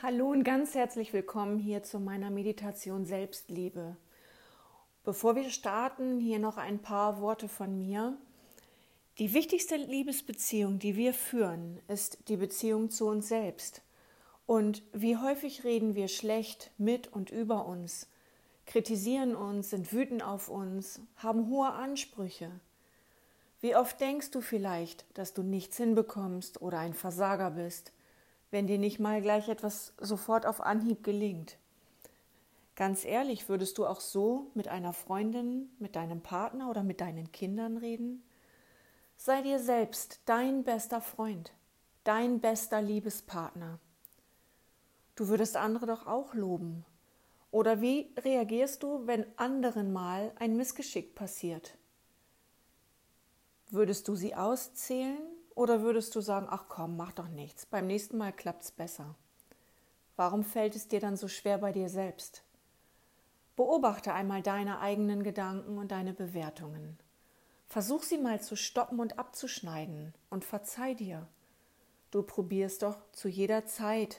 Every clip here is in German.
Hallo und ganz herzlich willkommen hier zu meiner Meditation Selbstliebe. Bevor wir starten, hier noch ein paar Worte von mir. Die wichtigste Liebesbeziehung, die wir führen, ist die Beziehung zu uns selbst. Und wie häufig reden wir schlecht mit und über uns, kritisieren uns, sind wütend auf uns, haben hohe Ansprüche. Wie oft denkst du vielleicht, dass du nichts hinbekommst oder ein Versager bist, wenn dir nicht mal gleich etwas sofort auf Anhieb gelingt? Ganz ehrlich, würdest du auch so mit einer Freundin, mit deinem Partner oder mit deinen Kindern reden? Sei dir selbst dein bester Freund, dein bester Liebespartner. Du würdest andere doch auch loben. Oder wie reagierst du, wenn anderen mal ein Missgeschick passiert? Würdest du sie auszählen oder würdest du sagen, ach komm, mach doch nichts, beim nächsten Mal klappt's besser? Warum fällt es dir dann so schwer bei dir selbst? Beobachte einmal deine eigenen Gedanken und deine Bewertungen. Versuch sie mal zu stoppen und abzuschneiden und verzeih dir. Du probierst doch zu jeder Zeit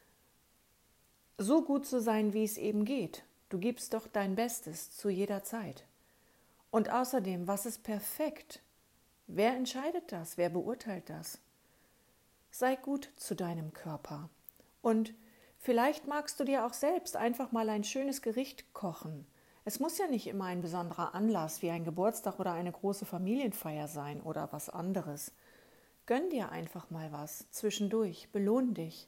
so gut zu sein, wie es eben geht. Du gibst doch dein Bestes zu jeder Zeit. Und außerdem, was ist perfekt? Wer entscheidet das? Wer beurteilt das? Sei gut zu deinem Körper. Und vielleicht magst du dir auch selbst einfach mal ein schönes Gericht kochen. Es muss ja nicht immer ein besonderer Anlass wie ein Geburtstag oder eine große Familienfeier sein oder was anderes. Gönn dir einfach mal was zwischendurch, belohn dich.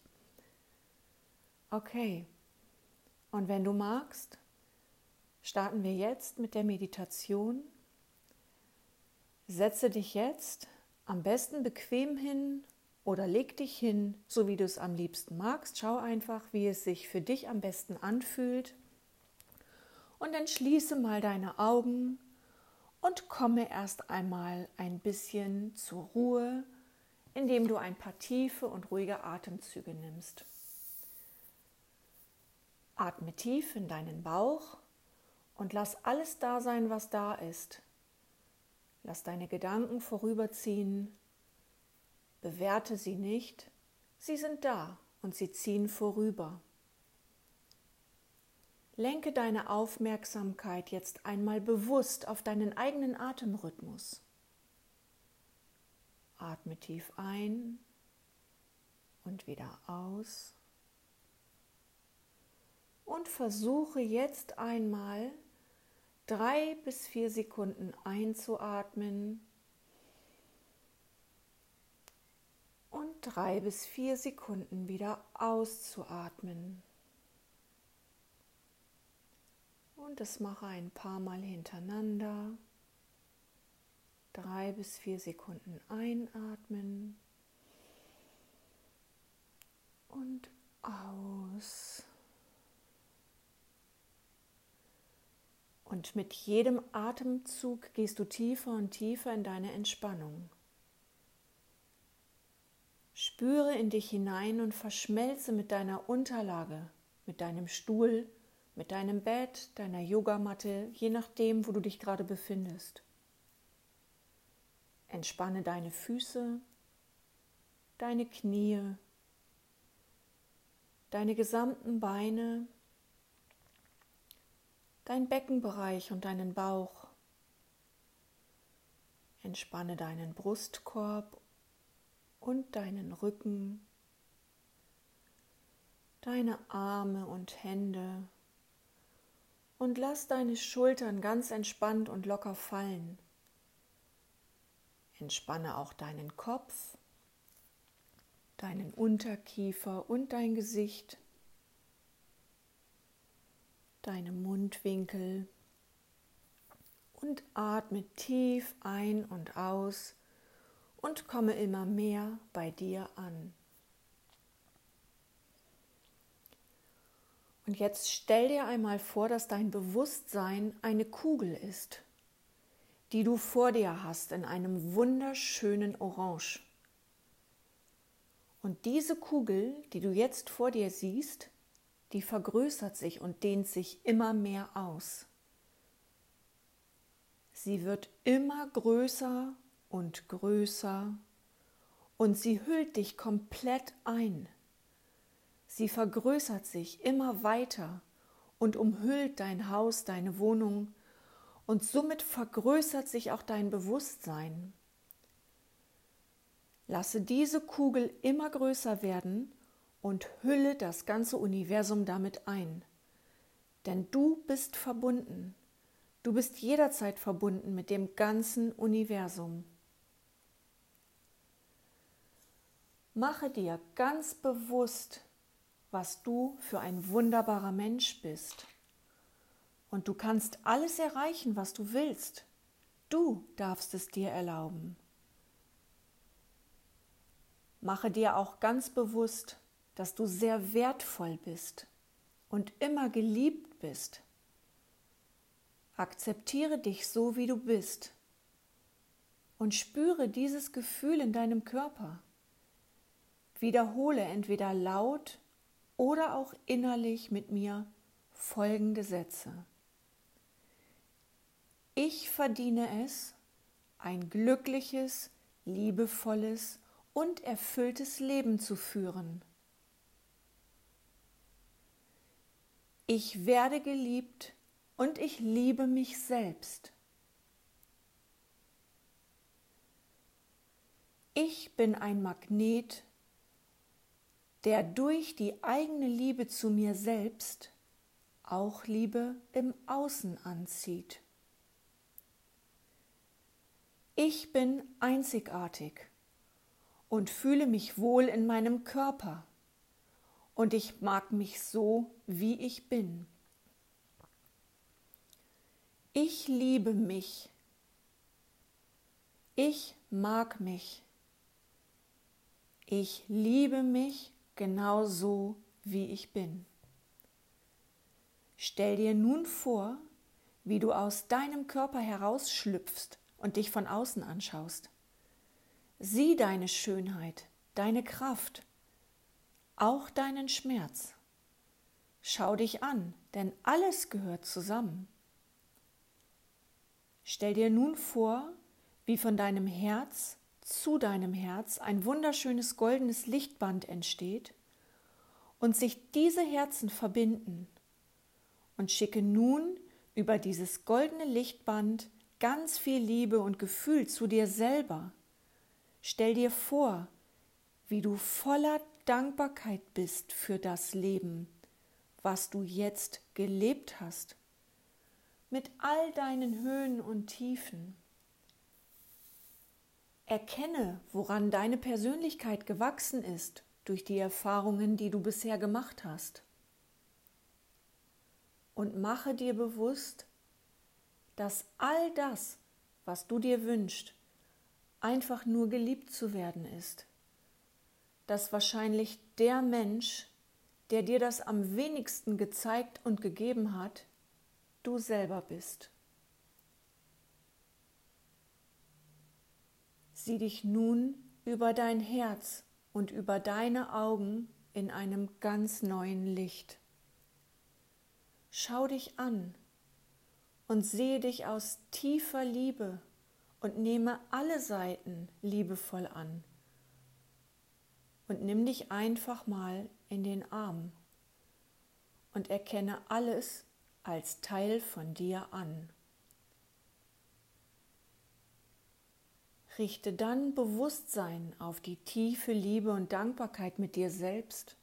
Okay, und wenn du magst, starten wir jetzt mit der Meditation. Setze dich jetzt am besten bequem hin oder leg dich hin, so wie du es am liebsten magst. Schau einfach, wie es sich für dich am besten anfühlt. Und dann schließe mal deine Augen und komme erst einmal ein bisschen zur Ruhe, indem du ein paar tiefe und ruhige Atemzüge nimmst. Atme tief in deinen Bauch und lass alles da sein, was da ist. Lass deine Gedanken vorüberziehen, bewerte sie nicht, sie sind da und sie ziehen vorüber. Lenke deine Aufmerksamkeit jetzt einmal bewusst auf deinen eigenen Atemrhythmus. Atme tief ein und wieder aus. Und versuche jetzt einmal 3 bis 4 Sekunden einzuatmen und 3 bis 4 Sekunden wieder auszuatmen. Und das mache ein paar Mal hintereinander. 3 bis 4 Sekunden einatmen und aus. Und mit jedem Atemzug gehst du tiefer und tiefer in deine Entspannung. Spüre in dich hinein und verschmelze mit deiner Unterlage, mit deinem Stuhl, mit deinem Bett, deiner Yogamatte, je nachdem, wo du dich gerade befindest. Entspanne deine Füße, deine Knie, deine gesamten Beine, dein Beckenbereich und deinen Bauch. Entspanne deinen Brustkorb und deinen Rücken, deine Arme und Hände und lass deine Schultern ganz entspannt und locker fallen. Entspanne auch deinen Kopf, deinen Unterkiefer und dein Gesicht, deine Mundwinkel und atme tief ein und aus und komme immer mehr bei dir an. Und jetzt stell dir einmal vor, dass dein Bewusstsein eine Kugel ist, die du vor dir hast in einem wunderschönen Orange. Und diese Kugel, die du jetzt vor dir siehst, die vergrößert sich und dehnt sich immer mehr aus. Sie wird immer größer und größer und sie hüllt dich komplett ein. Sie vergrößert sich immer weiter und umhüllt dein Haus, deine Wohnung, und somit vergrößert sich auch dein Bewusstsein. Lasse diese Kugel immer größer werden und hülle das ganze Universum damit ein. Denn du bist verbunden. Du bist jederzeit verbunden mit dem ganzen Universum. Mache dir ganz bewusst, was du für ein wunderbarer Mensch bist. Und du kannst alles erreichen, was du willst. Du darfst es dir erlauben. Mache dir auch ganz bewusst, dass du sehr wertvoll bist und immer geliebt bist. Akzeptiere dich so, wie du bist und spüre dieses Gefühl in deinem Körper. Wiederhole entweder laut oder auch innerlich mit mir folgende Sätze. Ich verdiene es, ein glückliches, liebevolles und erfülltes Leben zu führen. Ich werde geliebt und ich liebe mich selbst. Ich bin ein Magnet, der durch die eigene Liebe zu mir selbst auch Liebe im Außen anzieht. Ich bin einzigartig und fühle mich wohl in meinem Körper und ich mag mich so, wie ich bin. Ich liebe mich. Ich mag mich. Ich liebe mich genau so, wie ich bin. Stell dir nun vor, wie du aus deinem Körper herausschlüpfst und dich von außen anschaust. Sieh deine Schönheit, deine Kraft, auch deinen Schmerz. Schau dich an, denn alles gehört zusammen. Stell dir nun vor, wie von deinem Herz zu deinem Herz ein wunderschönes goldenes Lichtband entsteht und sich diese Herzen verbinden. Und schicke nun über dieses goldene Lichtband ganz viel Liebe und Gefühl zu dir selber. Stell dir vor, wie du voller Dankbarkeit bist für das Leben, was du jetzt gelebt hast, mit all deinen Höhen und Tiefen. Erkenne, woran deine Persönlichkeit gewachsen ist durch die Erfahrungen, die du bisher gemacht hast. Und mache dir bewusst, dass all das, was du dir wünschst, einfach nur geliebt zu werden ist. Dass wahrscheinlich der Mensch, der dir das am wenigsten gezeigt und gegeben hat, du selber bist. Sieh dich nun über dein Herz und über deine Augen in einem ganz neuen Licht. Schau dich an und sehe dich aus tiefer Liebe und nehme alle Seiten liebevoll an. Und nimm dich einfach mal in den Arm und erkenne alles als Teil von dir an. Richte dann Bewusstsein auf die tiefe Liebe und Dankbarkeit mit dir selbst.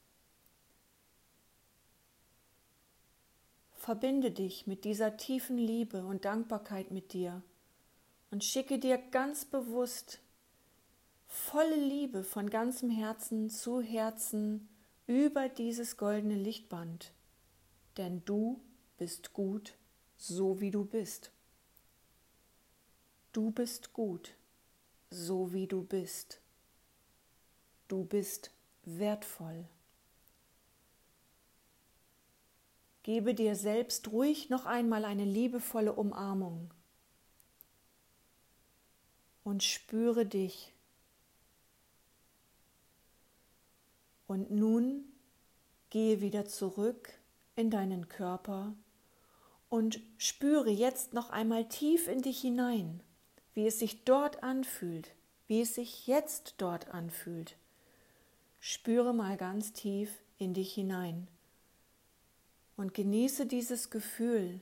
Verbinde dich mit dieser tiefen Liebe und Dankbarkeit mit dir und schicke dir ganz bewusst volle Liebe von ganzem Herzen zu Herzen über dieses goldene Lichtband. Denn du bist gut, so wie du bist. Du bist gut, so wie du bist. Du bist wertvoll. Gebe dir selbst ruhig noch einmal eine liebevolle Umarmung und spüre dich. Und nun gehe wieder zurück in deinen Körper und spüre jetzt noch einmal tief in dich hinein, wie es sich dort anfühlt, wie es sich jetzt dort anfühlt. Spüre mal ganz tief in dich hinein und genieße dieses Gefühl.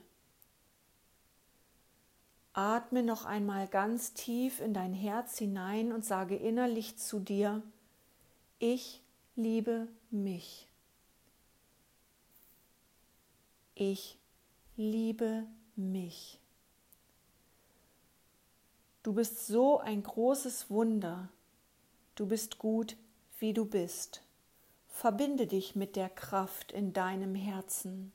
Atme noch einmal ganz tief in dein Herz hinein und sage innerlich zu dir: Ich liebe mich. Ich liebe mich. Du bist so ein großes Wunder. Du bist gut, wie du bist. Verbinde dich mit der Kraft in deinem Herzen.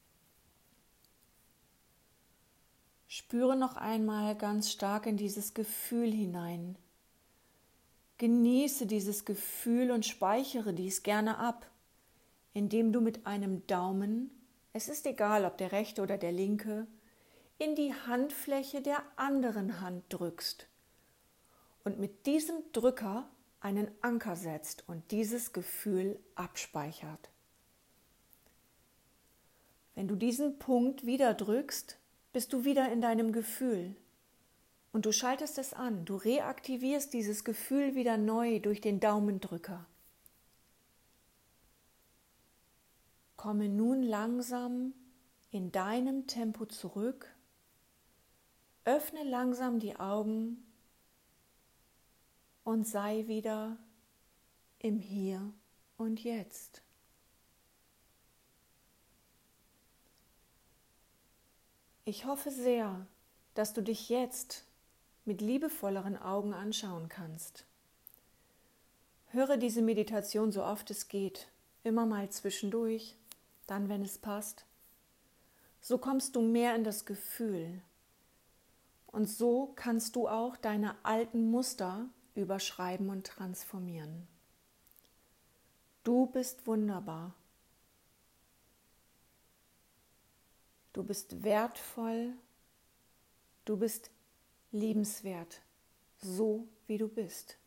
Spüre noch einmal ganz stark in dieses Gefühl hinein. Genieße dieses Gefühl und speichere dies gerne ab, indem du mit einem Daumen, es ist egal, ob der rechte oder der linke, in die Handfläche der anderen Hand drückst und mit diesem Drücker einen Anker setzt und dieses Gefühl abspeichert. Wenn du diesen Punkt wieder drückst, bist du wieder in deinem Gefühl und du schaltest es an, du reaktivierst dieses Gefühl wieder neu durch den Daumendrücker. Komme nun langsam in deinem Tempo zurück, öffne langsam die Augen und sei wieder im Hier und Jetzt. Ich hoffe sehr, dass du dich jetzt mit liebevolleren Augen anschauen kannst. Höre diese Meditation so oft es geht, immer mal zwischendurch, dann wenn es passt. So kommst du mehr in das Gefühl und so kannst du auch deine alten Muster überschreiben und transformieren. Du bist wunderbar. Du bist wertvoll, du bist liebenswert, so wie du bist.